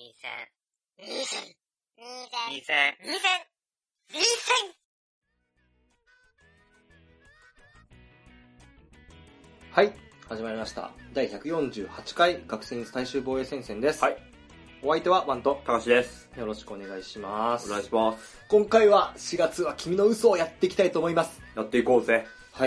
はい、始まりました。第148回学生最終防衛戦線です。 はい。 お相手はワンと高橋です。 よろしくお願いします。 お願いします。 今回は4月は君の嘘をやっていきたいと思います。 やっていこうぜ。 はい。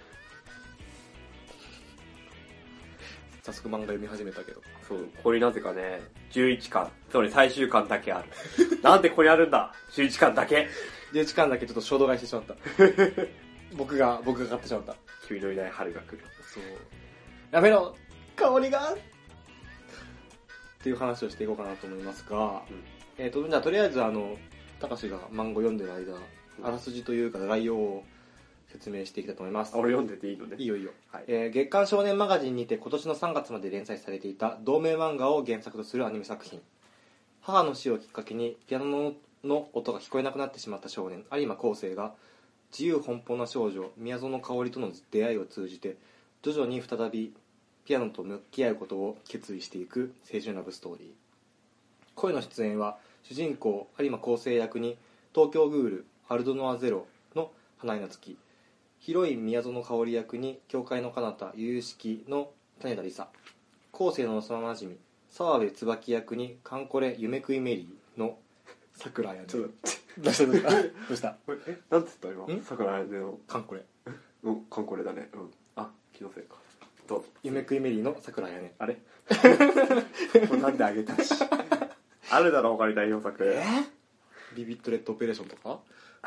早速漫画読み始めたけど。 そう、ここになぜかね、11巻、つまり最終巻だけある。なんでここにあるんだ ?11 巻だけ。 11巻だけちょっと衝動買いしてしまった。僕が買ってしまった。 君のいない春が来る。 そう。やめろ香りがっていう話をしていこうかなと思いますが、じゃあとりあえず高志が漫画読んでる間、あらすじというか概要を説明していきたいと思います。 俺読んでていいのね。 いいよいいよ。 はい。 月刊少年マガジンにて今年の3月まで連載されていた同名漫画を原作とするアニメ作品。母の死をきっかけにピアノの音が聞こえなくなってしまった少年有馬昴生が自由奔放な少女宮園香織との出会いを通じて徐々に再びピアノと向き合うことを決意していく青春ラブストーリー。声の出演は主人公有馬昴生役に東京グールアルドノアゼロの花井夏樹、ヒロイン宮園香織役に教会の彼方由々しきの種田理沙、昴生の幼なじみ澤部椿役にカンコレ夢食いメリーのさくらやね。どうしたどうしたなんつった今桜あれのカンコレ。 カンコレだね。あ、気のせいか。どうぞ。 夢食いメリーのさくらやね。 あれこれなんであげたし。あるだろ他に代表作。 ビビットレッドオペレーションとか。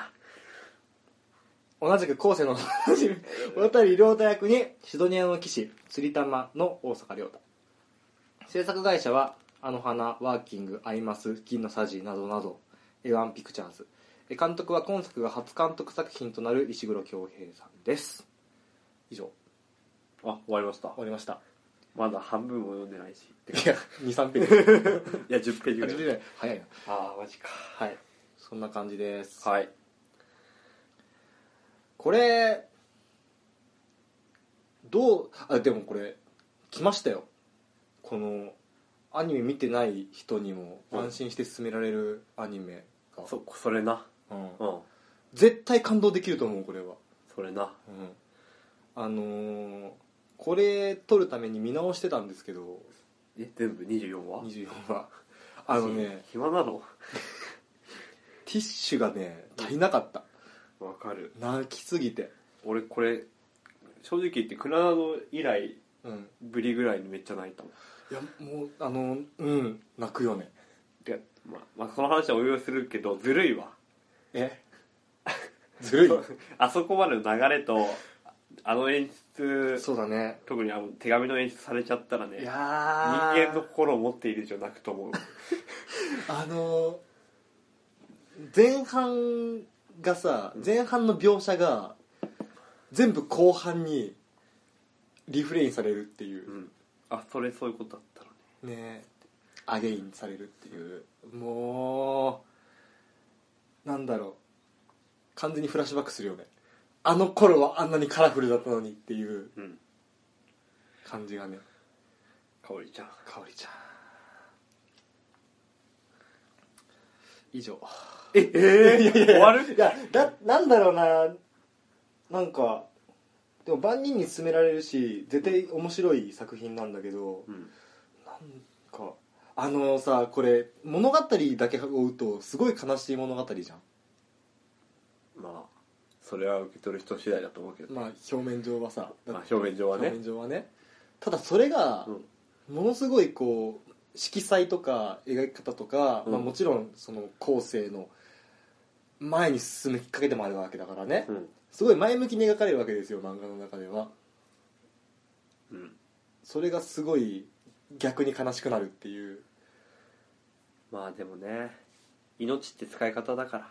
同じく後世の渡亮太役にシドニアの騎士釣り玉の大阪亮太。制作会社はあの花、ワーキング、アイマス、金のサジなどなど A1 ピクチャーズ。監督は今作が初監督作品となる石黒恭平さんです。以上。 あ、終わりました。 終わりました。 まだ半分も読んでないし。 いや、2、3ページ。 いや、10ページぐらい。 10ページぐらい。早いな。 あー、マジか。 はい。そんな感じです。 はい。 これ、でもこれ、来ましたよ。この、アニメ見てない人にも安心して進められるアニメが。 それな。 絶対感動できると思う、これは。 それな。 これ撮るために見直してたんですけど。 全部24話 ？24話。 暇なのティッシュがね、足りなかった。 わかる。 泣きすぎて。 俺これ正直言ってクラナド以来ぶりぐらいにめっちゃ泣いたもん。 いやもう泣くよね。 で、まあその話はお用意するけどずるいわ。 ずるいあそこまでの流れとあの演出、 そうだね。 特に手紙の演出されちゃったらね、 いや人間の心を持っている以上泣くと思う。 前半がさ、前半の描写が全部後半にリフレインされるっていう、 そういうことだったのね。アゲインされるっていう、もうなんだろう、完全にフラッシュバックするよね。あの頃はあんなにカラフルだったのにっていう感じがね。 かおりちゃん以上。 終わる？ いやなんだろうな、なんかでも万人に勧められるし絶対面白い作品なんだけど、なんかさ、これ物語だけ追うとすごい悲しい物語じゃん。 まあそれは受け取る人次第だと思うけど、 まあ表面上はさ、 表面上はね。 ただそれがものすごいこう色彩とか描き方とか、もちろんその後世の前に進むきっかけでもあるわけだからね、すごい前向きに描かれるわけですよ、漫画の中では。それがすごい逆に悲しくなるっていう。 まあでもね、命って使い方だから。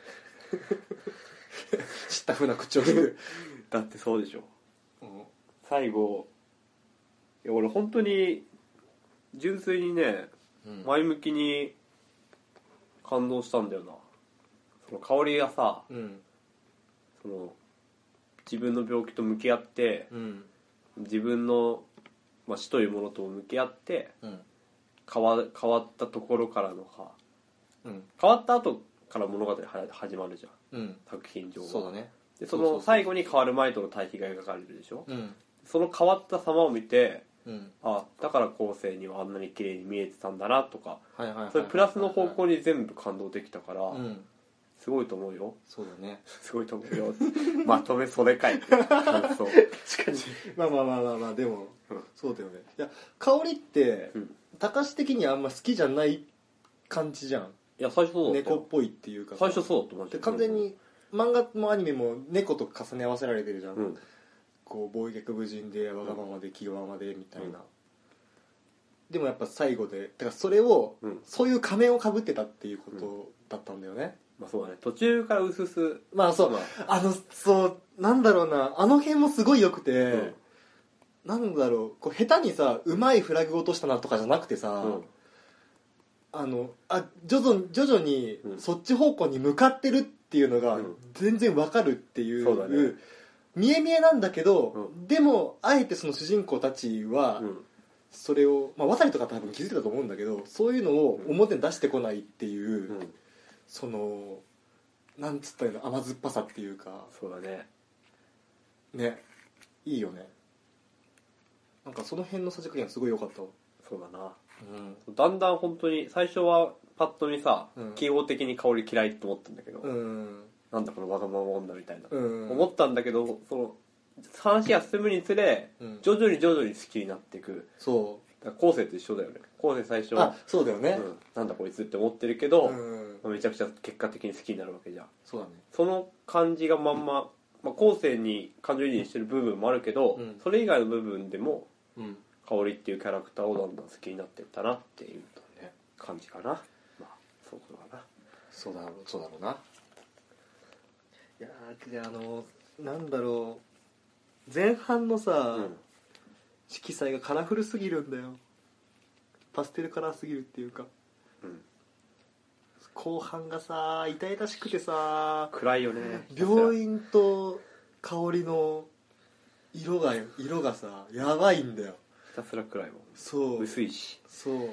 知った風な口を聞く。 だってそうでしょ。最後、いや俺本当に純粋にね、前向きに感動したんだよな。その香りがさ、その自分の病気と向き合って、自分の、死というものと向き合って、 変わったところからのうん、 変わった後から物語始まるじゃん、 うん、 作品上は。 そうだね。 でその最後に変わる前との対比が描かれるでしょ、 うん、 その変わった様を見て、 うん、 あ、だから後世にはあんなに綺麗に見えてたんだなとか、 はいはいはいはい、 それプラスの方向に全部感動できたから、 うん、 すごいと思うよ。 そうだね。 すごいと思うよ。まとめそれかい。感想。 確かに。まあまあまあまあまあ、でも、 うん、 そうだよね。いや、香りって、 うん、 高橋的にはあんま好きじゃない感じじゃん。 いや、最初そうだったよ。 猫っぽいっていうか。 最初そうだった、マジでで。 完全に、漫画もアニメも猫と重ね合わせられてるじゃん。 うん、 こう、暴虐無人で、わがままで、気弱まで、みたいな。 うん、 でもやっぱ最後で、だからそれを、 うん、 そういう仮面をかぶってたっていうことだったんだよね。 まあそうだね。途中からうすす。 まあそう、 まそう、なんだろうな、あの辺もすごい良くて、 うん、 なんだろう、こう下手にさ、うまいフラグ落としたなとかじゃなくてさ、 うん、 徐々にそっち方向に向かってるっていうのが全然わかるっていう、 そうだね、 見え見えなんだけど、でもあえてその主人公たちはそれを、まあ、渡りとか多分気づいてたと思うんだけど、そういうのを表に出してこないっていう、そのなんつったらいいの、甘酸っぱさっていうか、 そうだね、 ね、いいよね。なんかその辺のさじ加減すごい良かったわ。 そうだな、 うん、 だんだん本当に最初はパッと見さ、 うん、 記号的に香り嫌いって思ったんだけど、 うん、 なんだこのわがまま女みたいな、 うん、 思ったんだけど、その話が進むにつれ、 うん、 徐々に好きになっていく。 そうだから後世と一緒だよね。後世最初は、 そうだよね、 なんだこいつって思ってるけど、 うん、 めちゃくちゃ結果的に好きになるわけじゃん。 そうだね。 その感じがまんま、後世に感情移入してる部分もあるけど、 うん、 それ以外の部分でも、 うん、 香りっていうキャラクターをだんだん好きになってったなっていう感じかな。まあそうだな。 そうだろうな。いやー、なんだろう、前半のさ、色彩がカラフルすぎるんだよ。パステルカラーすぎるっていうか、後半がさ痛々しくてさ、 暗いよね。 病院と香りの色がさやばいんだよ。 ひたすら暗いもん。 そう、 薄いし。 そう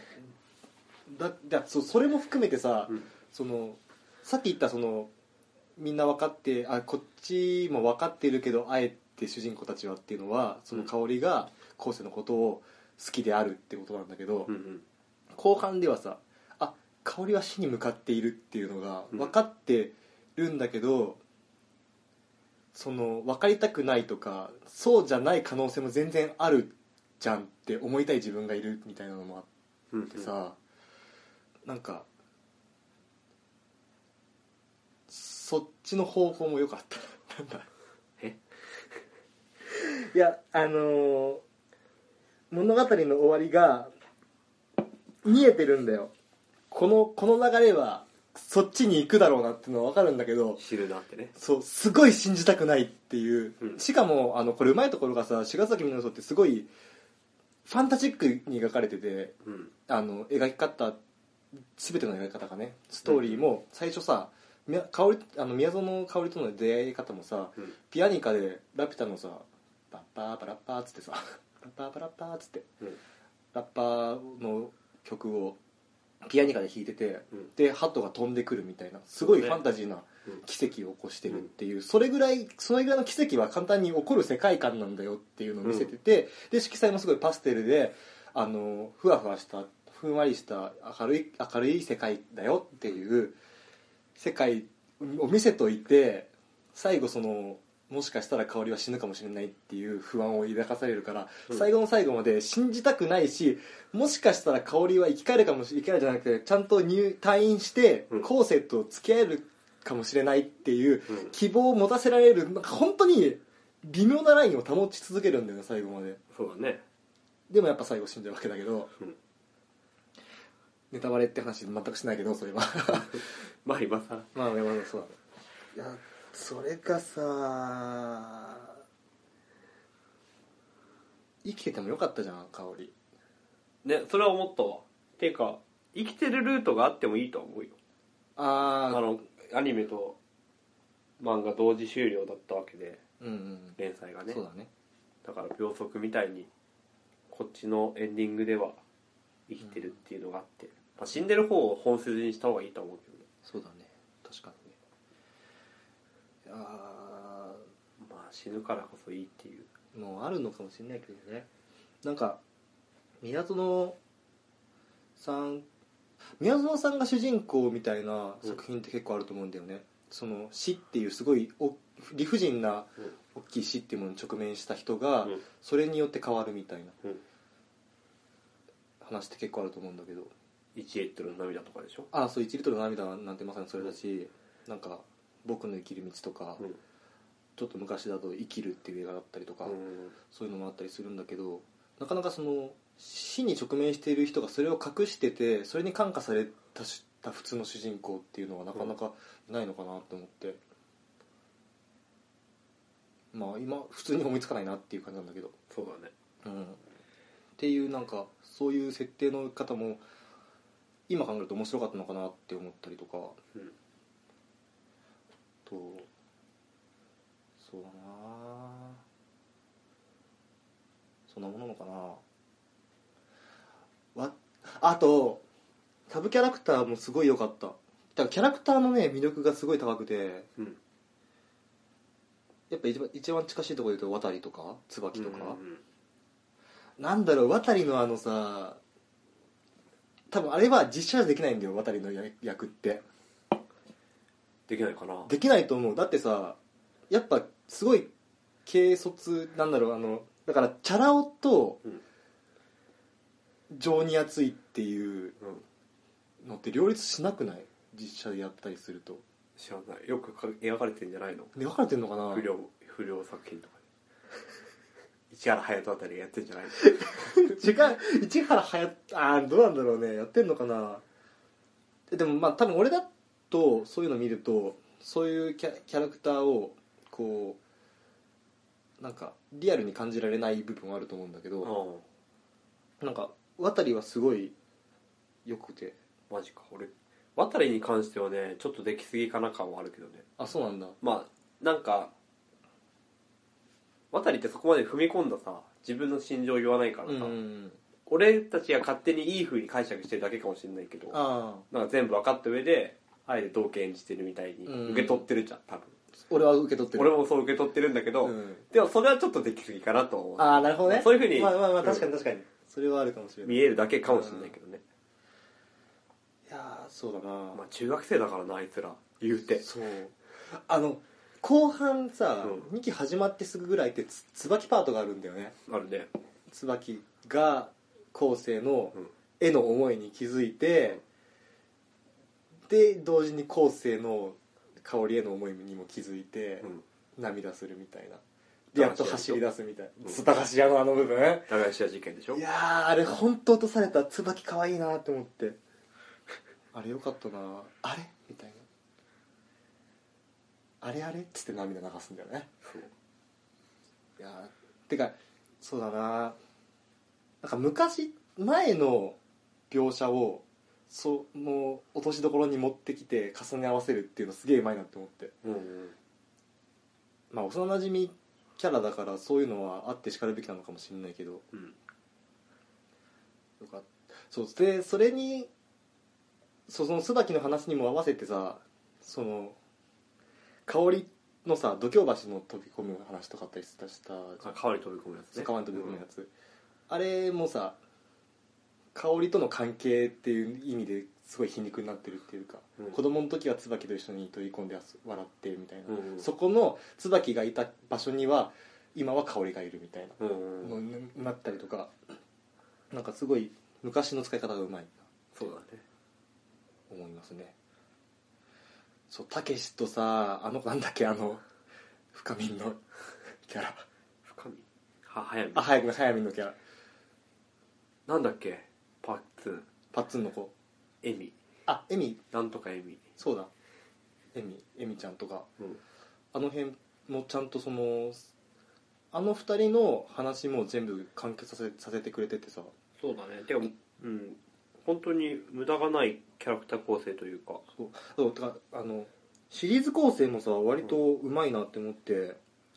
それも含めてさ、そのさっき言ったそのみんな分かって、こっちも分かってるけどあえて主人公たちはっていうのは、その香りが後世のことを好きであるってことなんだけど、後半ではさ、香りは死に向かっているっていうのが分かってるんだけど、その分かりたくないとかそうじゃない可能性も全然あるじゃんって思いたい自分がいるみたいなのもあってさ、なんかそっちの方法も良かったなんだいや物語の終わりが見えてるんだよ。この流れはそっちに行くだろうなっていうのは分かるんだけど、 知るなってね。 そう、すごい信じたくないっていう、しかもこれうまいところがさ、茅ヶ崎みのるってすごいファンタジックに描かれてて、描き方、全ての描き方がね、ストーリーも最初さ、宮園香織との出会い方もさ、ピアニカでラピュタのさ、パッパーパラッパーっつってさ、パッパーパラッパーっつって、ラッパーの曲をピアニカで弾いてて、でハトが飛んでくるみたいな、すごいファンタジーな奇跡を起こしてるっていう、それぐらいの奇跡は簡単に起こる世界観なんだよっていうのを見せてて、で色彩もすごいパステルでふわふわしたふんわりした明るい世界だよっていう世界を見せといて、最後もしかしたら香りは死ぬかもしれないっていう不安を抱かされるから、最後の最後まで信じたくないし、もしかしたら香りは生き返るかもしれない、生き返るじゃなくてちゃんと退院して後世と付き合えるかもしれないっていう希望を持たせられる、なんか本当に微妙なラインを保ち続けるんだよね、最後まで。 そうだね。 でもやっぱ最後死んじゃうわけだけど、ネタバレって話全くしないけど、それはまあ今さ、 まあそうだ。いやそれがさ、生きててもよかったじゃん、香りね。それは思ったわ。ていうか生きてるルートがあってもいいと思うよ。アニメと漫画同時終了だったわけで、連載がね。 そうだね。 だから秒速みたいにこっちのエンディングでは生きてるっていうのがあって、まあ、死んでる方を本筋にした方がいいと思うけどね。 そうだね、確かにね。いやまあ死ぬからこそいいっていうもうあるのかもしれないけどね。なんか宮園さんが主人公みたいな作品って結構あると思うんだよね、その死っていうすごい理不尽な大きい死っていうものに直面した人がそれによって変わるみたいな話って結構あると思うんだけど、 1リットルの涙とかでしょ。 そう1リットルの涙なんてまさにそれだし、なんか僕の生きる道とか、ちょっと昔だと生きるっていう映画だったりとか、そういうのもあったりするんだけど、なかなかその死に直面している人がそれを隠してて、それに感化された普通の主人公っていうのはなかなかいないのかなと思って、まあ今普通に思いつかないなっていう感じなんだけど。 そうだね。 っていうなんかそういう設定の方も今考えると面白かったのかなって思ったりとか、そうだな、そんなものなのかな。あとサブキャラクターもすごい良かった。だからキャラクターのね魅力がすごい高くて、やっぱ一番近しいところで言うと渡りとか椿とか、なんだろう、渡りのさ、多分あれは実写できないんだよ、渡りの役って。 できないかな。 できないと思う。だってさ、やっぱすごい軽率なんだろう、だからチャラ男と情に熱いっていうのって両立しなくない？実写でやったりすると。 知らない。よく描かれてるんじゃないの？ 描かれてるのかな？ 不良作品とかで市原隼人あたりがやってるんじゃないの？違う、市原隼人、どうなんだろうね、やってんのかな。でもまあ多分俺だとそういうの見ると、そういうキャラクターをこうなんかリアルに感じられない部分はあると思うんだけど、なんか渡りはすごいよくて。 マジか。俺渡りに関してはねちょっとできすぎかな感はあるけどね。 そうなんだ。 まあなんか渡りってそこまで踏み込んださ自分の心情を言わないからさ、俺たちが勝手にいい風に解釈してるだけかもしれないけど、なんか全部分かった上であえて同型演じてるみたいに受け取ってるじゃん多分。 俺は受け取ってる。 俺もそう受け取ってるんだけど、でもそれはちょっとできすぎかなと思う。 なるほどね。 そういう風にまあ確かにそれはあるかもしれない。 見えるだけかもしれないけどね。 いやそうだな。 まあ中学生だからなあいつら言うて。 そう。後半さ、2期始まってすぐぐらいって椿パートがあるんだよね。 あるね。 椿が後世の絵の思いに気づいて、で同時に後世の香りへの思いにも気づいて、涙するみたいな。でやっと走り出すみたいな。駄菓子屋の部分。 駄菓子屋事件でしょ。 いやあれ本当落とされた椿可愛いなって思って。あれよかったな。あれみたいな。あれっつって涙流すんだよね。 そう。 いやてかそうだな。なんか前の描写をその落としどころに持ってきて重ね合わせるっていうのすげえうまいなって思って、まあ幼馴染キャラだからそういうのはあってしかるべきなのかもしれないけど、よかった。そうでそれにその椿の話にも合わせてさ、その香りのさ度胸橋の飛び込む話とかあったりした川に飛び込むやつね。 川に飛び込むやつ、あれもさ香りとの関係っていう意味ですごい皮肉になってるっていうか、子供の時は椿と一緒に飛び込んで笑ってみたいな、そこの椿がいた場所には今は香りがいるみたいなのになったりとか、なんかすごい昔の使い方がうまいな。 そうだね。 思いますね。そう、たけしとさ、なんだっけ、深みんのキャラ。 深み早見。 早見のキャラ。 なんだっけ、パッツンの子。エミ。 エミ。 なんとかエミ。 そうだ。エミちゃんとか。あの辺もちゃんと二人の話も全部完結させてくれててさ。 そうだね。てか、本当に無駄がないキャラクター構成というか。 そうてかシリーズ構成もさ割とうまいなって思って、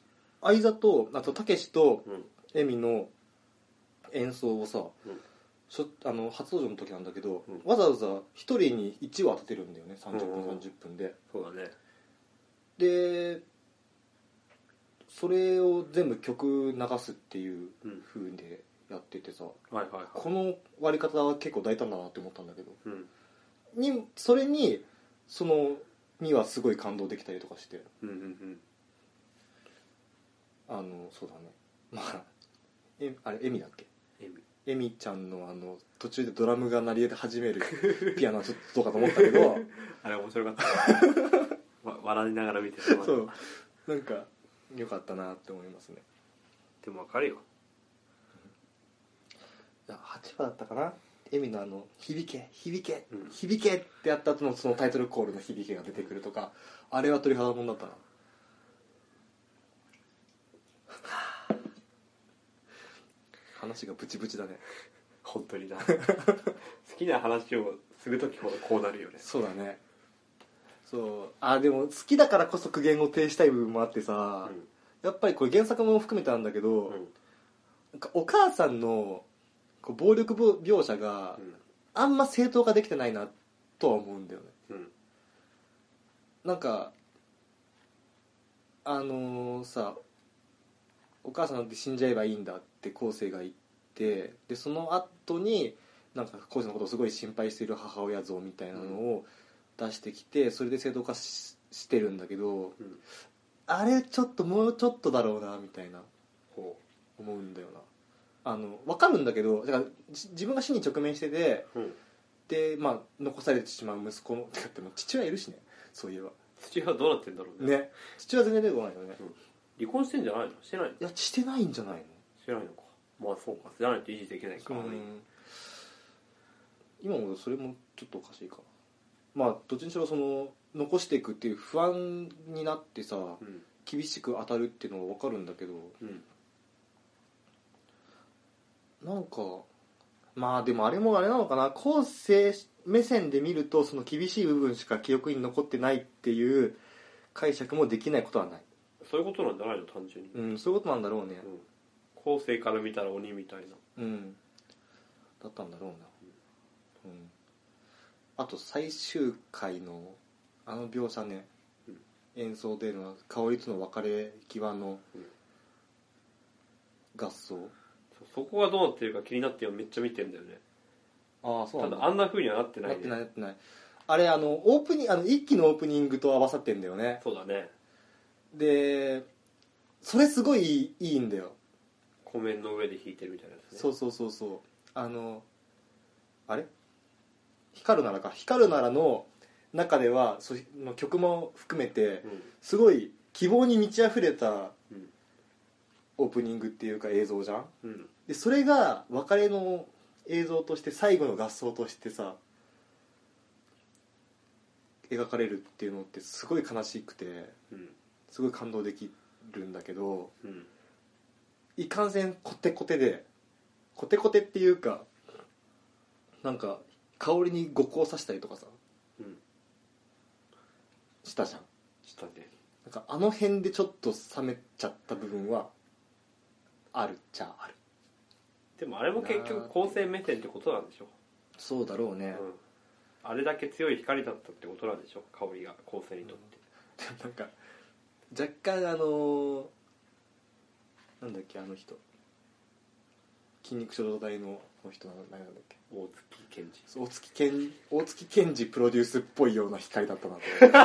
相座とあとたけしとエミの演奏をさ、 初登場の時なんだけど、 うん、 わざわざ1人に1話当ててるんだよね、30分、30分で。 そうだね。 でそれを全部曲流すっていう風でやっててさ、 はいはいはい、 この割り方は結構大胆だなって思ったんだけど、それにそのにはすごい感動できたりとかして、そうだね、まああれエミだっけ、エミちゃんの途中でドラムが鳴り始めるピアノはちょっとどうかと思ったけどあれ面白かった笑いながら見てた。 そうなんか良かったなって思いますね。 でも分かるよ。 8話だったかな、エミの響け響け、響けってやった後のそのタイトルコールの響けが出てくるとか、あれは鳥肌もんだったな。話がブチブチだね本当にな好きな話をするときほどこうなるよね。 そうだね。そうでも好きだからこそ苦言を呈したい部分もあってさ、やっぱりこれ原作も含めてなんだけど、なんかお母さんのこう暴力描写があんま正当化できてないなとは思うんだよね。なんかさ、お母さんなんて死んじゃえばいいんだって昴生が言って、でその後になんか昴生のことをすごい心配している母親像みたいなのを出してきて、それで正当化してるんだけど、あれちょっともうちょっとだろうなみたいな思うんだよな。分かるんだけど、だから自分が死に直面してて、でまあ残されてしまう息子のてかっても父親いるしね、そういえば父親どうなってんだろうね。 父親全然出てこないよね。 離婚してんじゃないの？してないの？ いやしてないんじゃないの？ してないのか。まあそうか、じゃないと維持できないからね。 今もそれもちょっとおかしいかな。まあどっちにしろその残していくっていう不安になってさ、厳しく当たるっていうのは分かるんだけど、なんかまあでもあれもあれなのかな、後世目線で見るとその厳しい部分しか記憶に残ってないっていう解釈もできないことはない。 そういうことなんじゃないの、単純に。 そういうことなんだろうね。 後世から見たら鬼みたいな。 だったんだろうな。あと最終回の描写ね、演奏での香りとの別れ際の合奏、 そこがどうなってるか気になってめっちゃ見てんだよね。 そうなんだ。 ただあんな風にはなってないね。 なってない。あれオープニング一期のオープニングと合わさってんだよね。 そうだね。 でそれすごいいいんだよ。 湖面の上で弾いてるみたいなやつね。 そうあれ光るならの中ではその曲も含めて、すごい希望に満ち溢れたオープニングっていうか映像じゃん、でそれが別れの映像として最後の合奏としてさ描かれるっていうのってすごい悲しくて、すごい感動できるんだけど、いかんせんコテコテっていうか、なんか香りに五光さしたりとかさ、したじゃん。 したね。 なんか辺でちょっと冷めちゃった部分はあるっちゃある。 でもあれも結局後世目線ってことなんでしょ。 そうだろうね、 あれだけ強い光だったってことなんでしょ、香りが後世にとって、 なんか若干なんだっけ人筋肉症状大の人なんだっけ、 大月健二。 大月健二プロデュースっぽいような光だったなと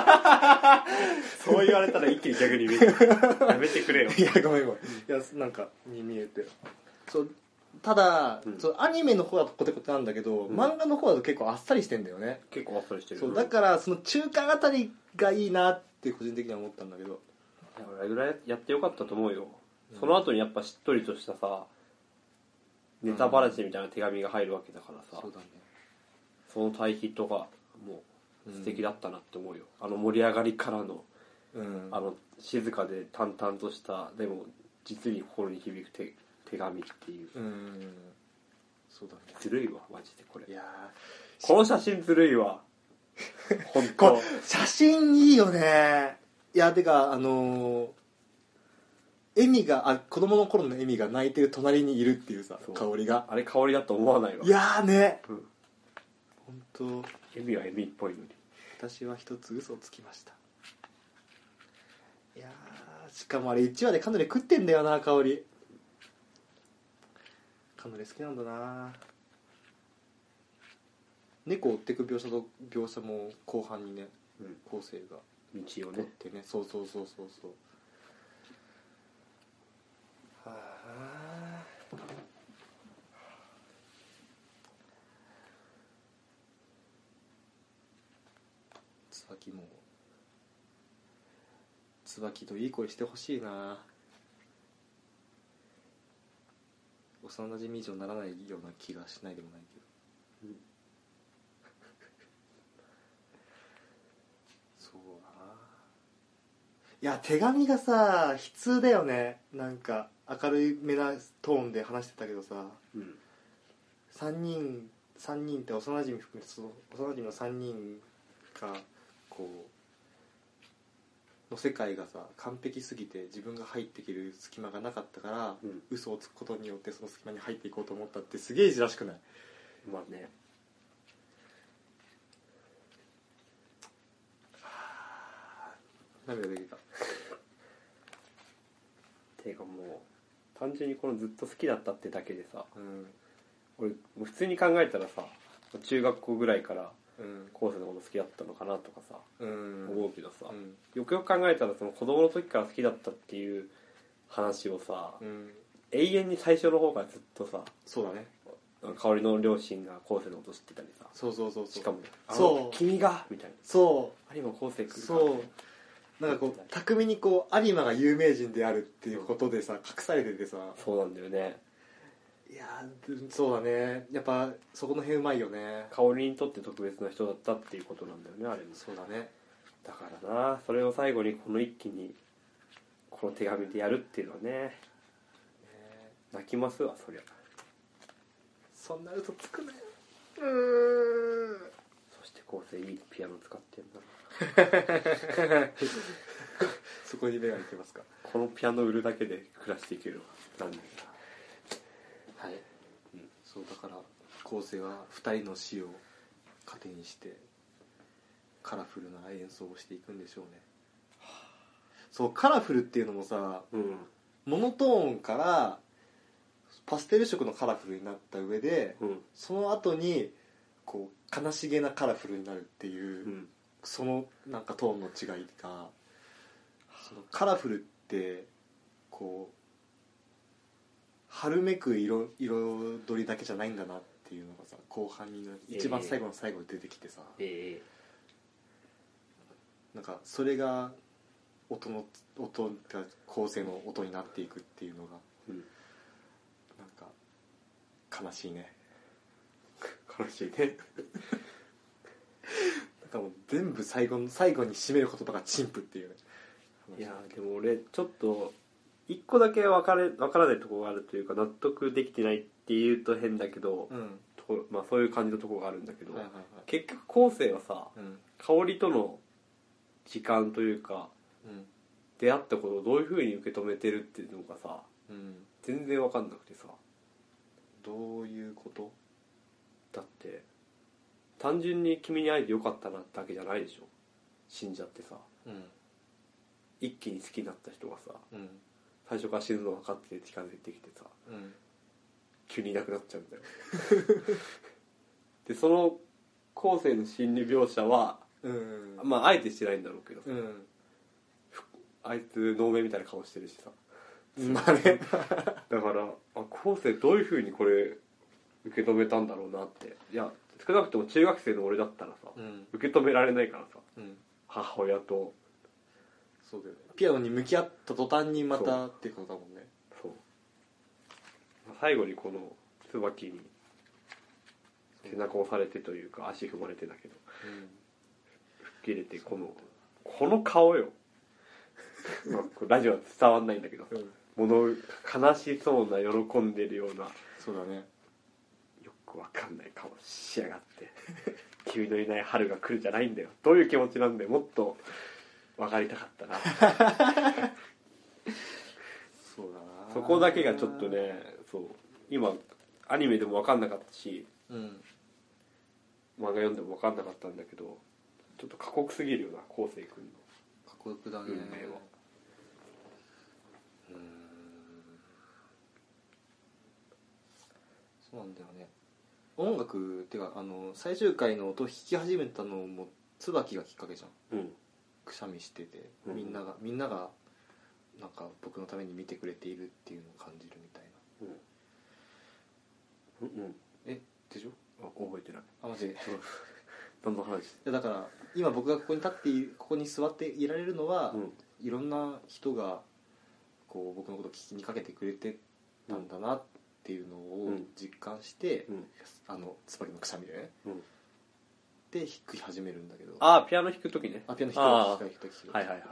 そう言われたら一気に逆に見えるやめてくれよ。 いやごめん、いやなんかに見えて、そうただ、そうアニメの方だとコテコテなんだけど、漫画の方だと結構あっさりしてんだよね。 結構あっさりしてる。 そうだからその中間あたりがいいなって個人的には思ったんだけど、 あれぐらいやってよかったと思うよ、その後にやっぱしっとりとしたさネタバラシみたいな手紙が入るわけだからさ、 そうだね、 その対比とかもう素敵だったなって思うよ、盛り上がりからの、静かで淡々としたでも実に心に響く手紙っていう、 そうだね、 ずるいわマジでこれ。 いやこの写真ずるいわ本当写真いいよね。いやてかエミが子供の頃のエミが泣いてる隣にいるっていうさ、香りがあれ香りだと思わないわ。 いやーね、本当エミはエミっぽいのに。 私は一つ嘘をつきました。いやー、しかもあれ1話でカヌレ食ってんだよな、香り。カヌレ好きなんだな。猫を追ってく描写も後半にね、後世が道をねってね、そうはあ、椿といい声してほしいな。幼馴染以上ならないような気がしないでもないけど、そうだな。いや手紙がさ悲痛だよね。なんか明るいめなトーンで話してたけどさ、3人って幼馴染含めてその幼馴染の3人がこうの世界がさ完璧すぎて自分が入っていける隙間がなかったから、嘘をつくことによってその隙間に入っていこうと思ったってすげえじらしくない？ まあね。 涙出てきた。 ていうかもう単純にこのずっと好きだったってだけでさ、俺もう普通に考えたらさ、中学校ぐらいから後世のこと好きだったのかなとかさ、思うけどさ、よくよく考えたらその子供の時から好きだったっていう話をさ、永遠に最初の方からずっとさ、 そうだね、 香りの両親が後世のこと知ってたりさ、 そうしかもそう君がみたいな、 そう有馬昴生君が、 そうなんかこう巧みにこう有馬が有名人であるっていうことでさ隠されててさ、 そうなんだよね。 いやそうだね、やっぱそこの辺うまいよね。 香りにとって特別な人だったっていうことなんだよね、あれも。 そうだね。 だからな、それを最後にこの一気にこの手紙でやるっていうのはね、泣きますわ、そりゃ。 そんな嘘つくなよ。 そして昴生いいピアノ使ってんだな。 そこに目がいけますか。 このピアノ売るだけで暮らしていけるわ。なんだよな。はい、そうだから昴生は2人の死を糧にしてカラフルな演奏をしていくんでしょうね。そう、カラフルっていうのもさ、モノトーンからパステル色のカラフルになった上で、その後にこう悲しげなカラフルになるっていう、そのなんかトーンの違いが、そのカラフルってこう春めく彩りだけじゃないんだなっていうのがさ、後半に一番最後の最後に出てきてさ、なんかそれが音が構成の音になっていくっていうのが、なんか悲しいね。 悲しいね。 なんかもう全部最後に締める言葉が陳腐っていうね。 いやでも俺ちょっと一個だけ分からないところがあるというか、納得できてないっていうと変だけど、まあそういう感じのところがあるんだけど、結局後世はさ、香りとの時間というか、出会ったことをどういう風に受け止めてるっていうのがさ、全然分かんなくてさ。 どういうこと？ だって単純に君に会えてよかったなだけじゃないでしょ。死んじゃってさ、一気に好きになった人がさ、最初から死ぬの分かって近づいてきてさ、急にいなくなっちゃうんだよ。でその後世の心理描写は、まああえてしてないんだろうけどさ、あいつ能面みたいな顔してるしさ、 まあね。 だから後世どういう風にこれ受け止めたんだろうなって。いや少なくとも中学生の俺だったらさ、受け止められないからさ、母親と。 そうだよね、ピアノに向き合った途端にまたってことだもんね。 そう、最後にこの椿に背中を押されてというか足踏まれてだけど、吹っ切れてこの顔よ。ラジオは伝わんないんだけど、悲しそうな喜んでるような、 そうだね、 よくわかんない顔しやがって。君のいない春が来るじゃないんだよ。どういう気持ちなんだよ。もっと分かりたかったな。 そこだけがちょっとね、そう今アニメでも分かんなかったし、漫画読んでも分かんなかったんだけど、ちょっと過酷すぎるよな、昴生君の過酷だね。 運命は。 そうなんだよね。音楽ってか最終回の音を弾き始めたのも椿がきっかけじゃん。くしゃみしてて、みんながなんか僕のために見てくれているっていうのを感じるみたいな。えでしょ？ 覚えてない。 あ、マジで。 どんな話？ だから今僕がここに立ってここに座っていられるのは、いろんな人がこう僕のことを聞きにかけてくれてたんだなっていうのを実感して、椿のくしゃみでね、で弾き始めるんだけど。 あ、ピアノ弾くときね。 ピアノ弾くとき。 はいはいはい。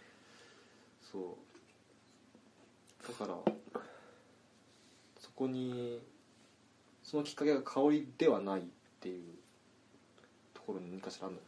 そうだからそこにそのきっかけが香りではないっていうところに何かしらあるの？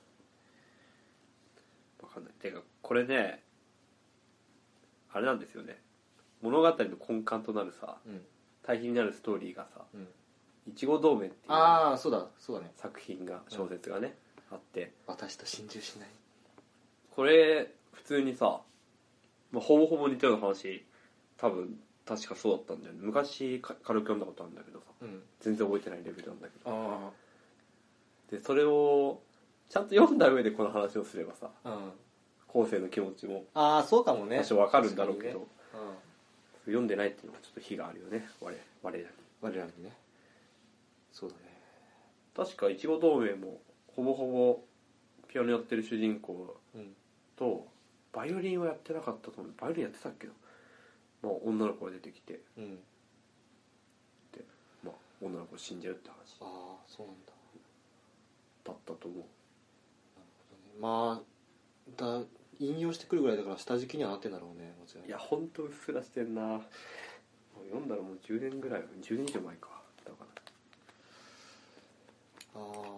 分かんない。てかこれね、あれなんですよね、物語の根幹となるさ、対比になるストーリーがさ、いちご同盟っていうそうだね、 作品が、小説がね、あって、 私と心中しない。 これ普通にさ、ほぼほぼ似たような話、多分確かそうだったんだよね。昔軽く読んだことあるんだけどさ、全然覚えてないレベルなんだけど、でそれをちゃんと読んだ上でこの話をすればさ、後世の気持ちもそうかもね、 多少わかるんだろうけど、読んでないっていうのはちょっと非があるよね、我らにね。そうだね。 確かいちご同盟もほぼほぼピアノやってる主人公と、バイオリンはやってなかったと思う。バイオリンやってたっけな、女の子が出てきて、で女の子を死んじゃうって話そうなんだだったと思う。 なるほどね。引用してくるぐらいだから下敷きにはなってんだろうね、間違いない。 いやほんとうっすらしてんな。読んだらもう10年ぐらい、10年以上前か。だから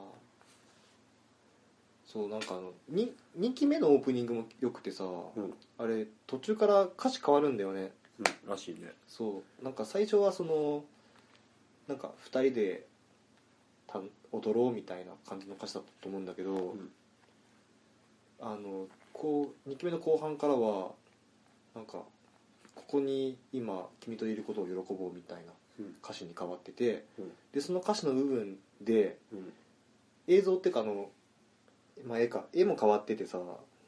そう、なんか2期目のオープニングもよくてさ、あれ途中から歌詞変わるんだよね。 らしいね。 そうなんか最初はなんか2人で踊ろうみたいな感じの歌詞だったと思うんだけど、2期目の後半からはなんかここに今君といることを喜ぼうみたいな歌詞に変わってて、でその歌詞の部分で、映像っていうか絵も変わっててさ、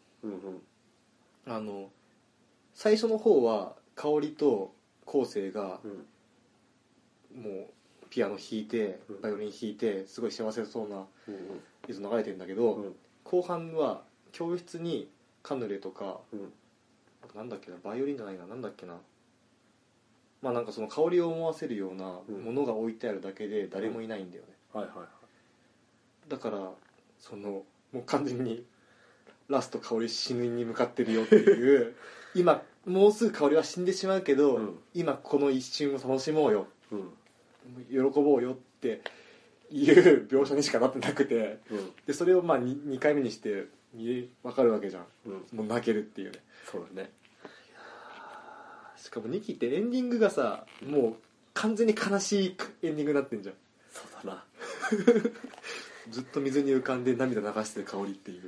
最初の方は香織と昴生が、もうピアノ弾いてバイオリン弾いてすごい幸せそうな映像流れてるんだけど、後半は教室にカヌレとか、あとなんだっけな、バイオリンじゃないな、なんだっけな、なんかその香りを思わせるようなものが置いてあるだけで誰もいないんだよね。だからもう完全にラスト香り死ぬに向かってるよっていう今もうすぐ香りは死んでしまうけど、今この一瞬を楽しもうよ、喜ぼうよっていう描写にしかなってなくて、でそれを2回目にして分かるわけじゃん、もう泣けるっていうね。 そうだね。 しかも2期ってエンディングがさ、もう完全に悲しいエンディングになってんじゃん。 そうだなずっと水に浮かんで涙流してる香りっていう。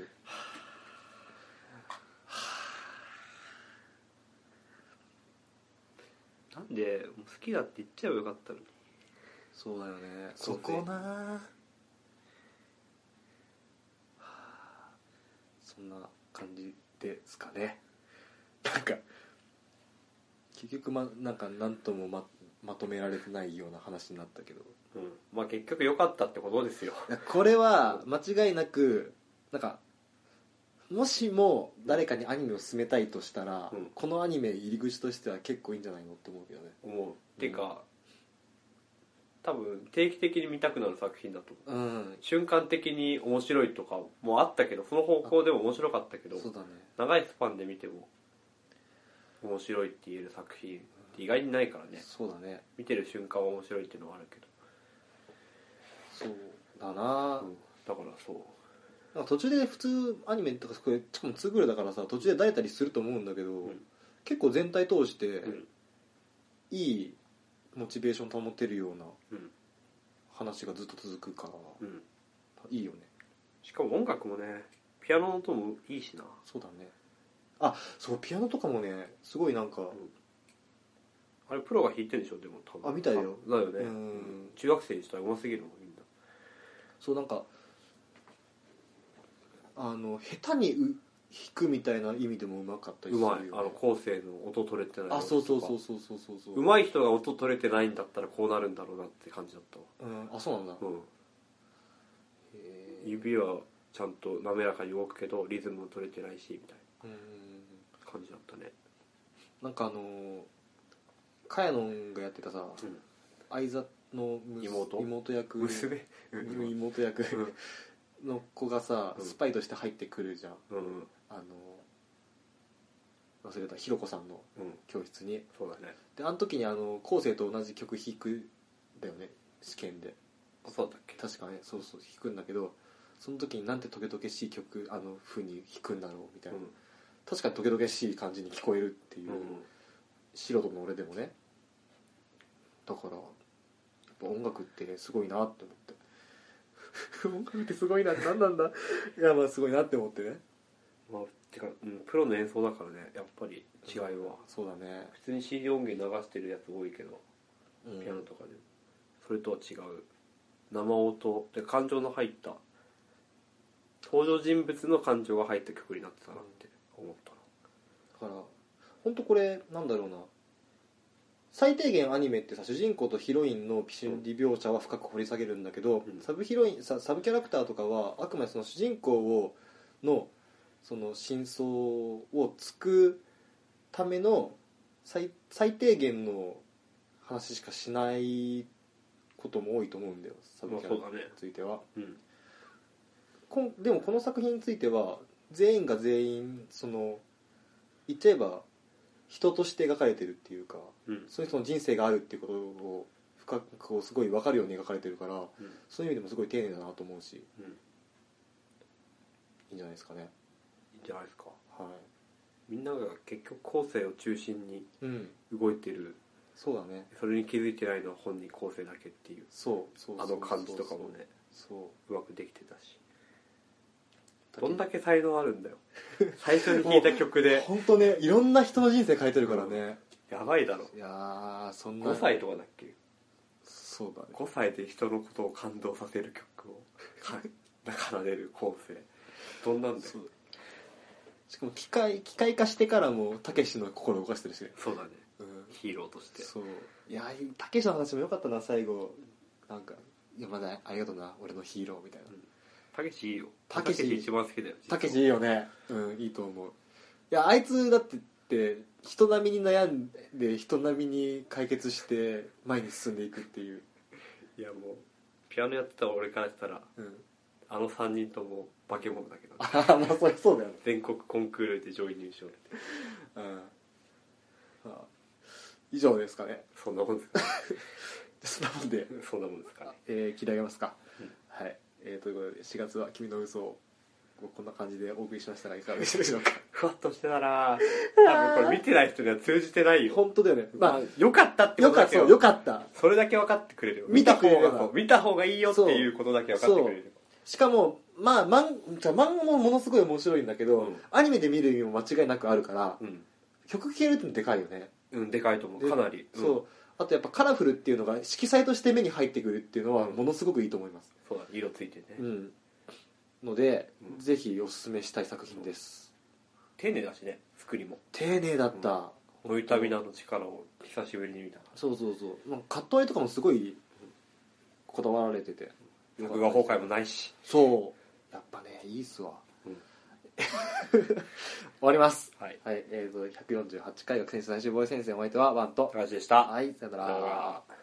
なんでもう好きだって言っちゃえばよかったのに。 そうだよね、そこな。そんな感じですかね。なんか結局なんか何とも まとめられてないような話になったけど、 結局良かったってことですよ。 これは間違いなくなんかもしも誰かにアニメを進めたいとしたら、このアニメ入り口としては結構いいんじゃないのって思うけどね。 思う。てか多分定期的に見たくなる作品だと思う、瞬間的に面白いとかもあったけど、その方向でも面白かったけど、 そうだね、 長いスパンで見ても面白いって言える作品って意外にないからね。 そうだね、 見てる瞬間は面白いっていうのはあるけど。 そうだな、 だからそう、 なんか途中で普通アニメとかこれしかも2クールだからさ、途中でだれたりすると思うんだけど、結構全体通して、 いいモチベーション保てるようなうん話がずっと続くから、 うんいいよね。 しかも音楽もねピアノの音もいいしな。 そうだね。あ、そうピアノとかもねすごいなんか、 あれプロが弾いてるんでしょでも多分。 あ見たよ。 だよね。中学生にしたらうますぎるもんみんな。 そうなんか下手に弾くみたいな意味でもうまかったりするよ、ね、 うまい。後世の音取れてない。 あ、そううまい人が音取れてないんだったらこうなるんだろうなって感じだったわ。 あ、そうなんだ。 指はちゃんと滑らかに動くけどリズムも取れてないしみたいな感じだったね。 なんかカヤノンがやってたさ、相座の妹役娘妹役の子がさ、スパイとして入ってくるじゃん、忘れた、ひろこさんの教室に、 そうだね。 であの時に後世と同じ曲弾くんだよね、試験で。 そうだっけ。 確かね、そう弾くんだけど、その時になんてトゲトゲしい曲風に弾くんだろうみたいな、確かにトゲトゲしい感じに聞こえるっていう、素人の俺でもね。だからやっぱ音楽ってすごいなって思って音楽ってすごいなって何なんだいやまあすごいなって思ってね。 まあてか、プロの演奏だからねやっぱり違いは、 そうだね。 普通に CD 音源流してるやつ多いけど、ピアノとかでそれとは違う生音で感情の入った登場人物の感情が入った曲になってたなって思ったな。 だから本当これなんだろうな、最低限アニメってさ、主人公とヒロインの心理描写は深く掘り下げるんだけど、サブキャラクターとかはあくまでその主人公のその真相をつくための最低限の話しかしないことも多いと思うんだよ、サブキャラについては。でもこの作品については全員が全員その言っちゃえば人として描かれてるっていうか、その人の人生があるっていうことを深くすごい分かるように描かれてるから、そういう意味でもすごい丁寧だなと思うし、いいんじゃないですかね。 いいんじゃないですか。 はい。 みんなが結局後世を中心に動いてる、 そうだね。 それに気づいてないのは本人後世だけっていう、あの感じとかもね、うまくできてたし。どんだけ才能あるんだよ最初に聴いた曲で本当ね、いろんな人の人生変えてるからね、 やばいだろ。 いやそんな 5歳とかだっけ。 そうだね、 5歳で人のことを感動させる曲を奏でる後世、どんなんだよ。 しかも機械化してからもたけしの心を動かしてるしね。 そうだね、ヒーローとして。 そういやたけしの話もよかったな、最後なんか山田ありがとうな俺のヒーローみたいな。 たけしいいよ。たけし一番好きだよ。 たけしいいよね。いいと思う。いやあいつだって人並みに悩んで人並みに解決して前に進んでいくっていう。 いやもうピアノやってた俺からしたら、あの3人とも化け物だけど、ね、 あまあそりゃそうだよね。 全国コンクールで上位入賞って、 以上ですかね。 そんなもんですかそんなもんでそんなもんですか、 切り上げますか、はい、ということで4月は君の嘘をこんな感じでお送りしましたがいかがでしたでしょうか。 ふわっとしてたな。多分これ見てない人には通じてないよ。 本当だよね。まあよかったってことだけよかった。 それだけ分かってくれるよ。 見た方がいいよっていうことだけ分かってくれる。 しかもまあ漫画もものすごい面白いんだけど、アニメで見る意味も間違いなくあるから、曲聴けるってのでかいよね。 でかいと思う、かなり。 そうあとやっぱカラフルっていうのが色彩として目に入ってくるっていうのはものすごくいいと思います。 そうだ、色ついてね。 ので、ぜひおすすめしたい作品です。 丁寧だしね、作りも丁寧だった。 ノイタミナの力を久しぶりに見た。 そうカット割りとかもすごいこだわられてて、 作画崩壊もないし。 そうやっぱねいいっすわ。終わります。はい、148回学生最終防衛戦線お相手はワンと高橋でした。 はい、さよなら。